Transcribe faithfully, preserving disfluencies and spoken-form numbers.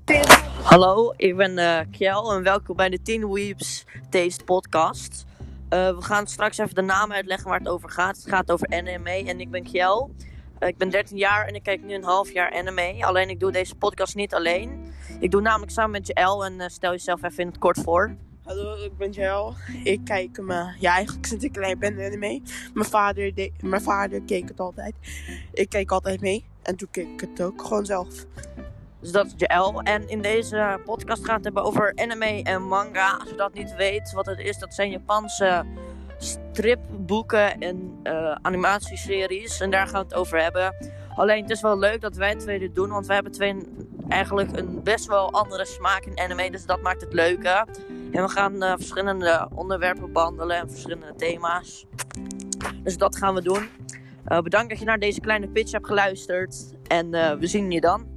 Hallo, ik ben uh, Kjell en welkom bij de Teen Weeps Taste podcast. Uh, we gaan straks even de naam uitleggen waar het over gaat. Het gaat over anime en ik ben Kjell. Uh, ik ben dertien jaar en ik kijk nu een half jaar anime. Alleen ik doe deze podcast niet alleen. Ik doe namelijk samen met Jel en uh, stel jezelf even in het kort voor. Hallo, ik ben Jel. Ik kijk me, ja eigenlijk sinds ik klein ben anime. Mijn vader, de, mijn vader keek het altijd. Ik keek altijd mee en toen keek ik het ook gewoon zelf. Dus dat is Jel. En in deze podcast gaat het hebben over anime en manga. Als je dat niet weet wat het is, dat zijn Japanse stripboeken en uh, animatieseries. En daar gaan we het over hebben. Alleen het is wel leuk dat wij twee dit doen, want wij hebben twee eigenlijk een best wel andere smaak in anime. Dus dat maakt het leuke. En we gaan uh, verschillende onderwerpen behandelen en verschillende thema's. Dus dat gaan we doen. Uh, bedankt dat je naar deze kleine pitch hebt geluisterd. En uh, we zien je dan.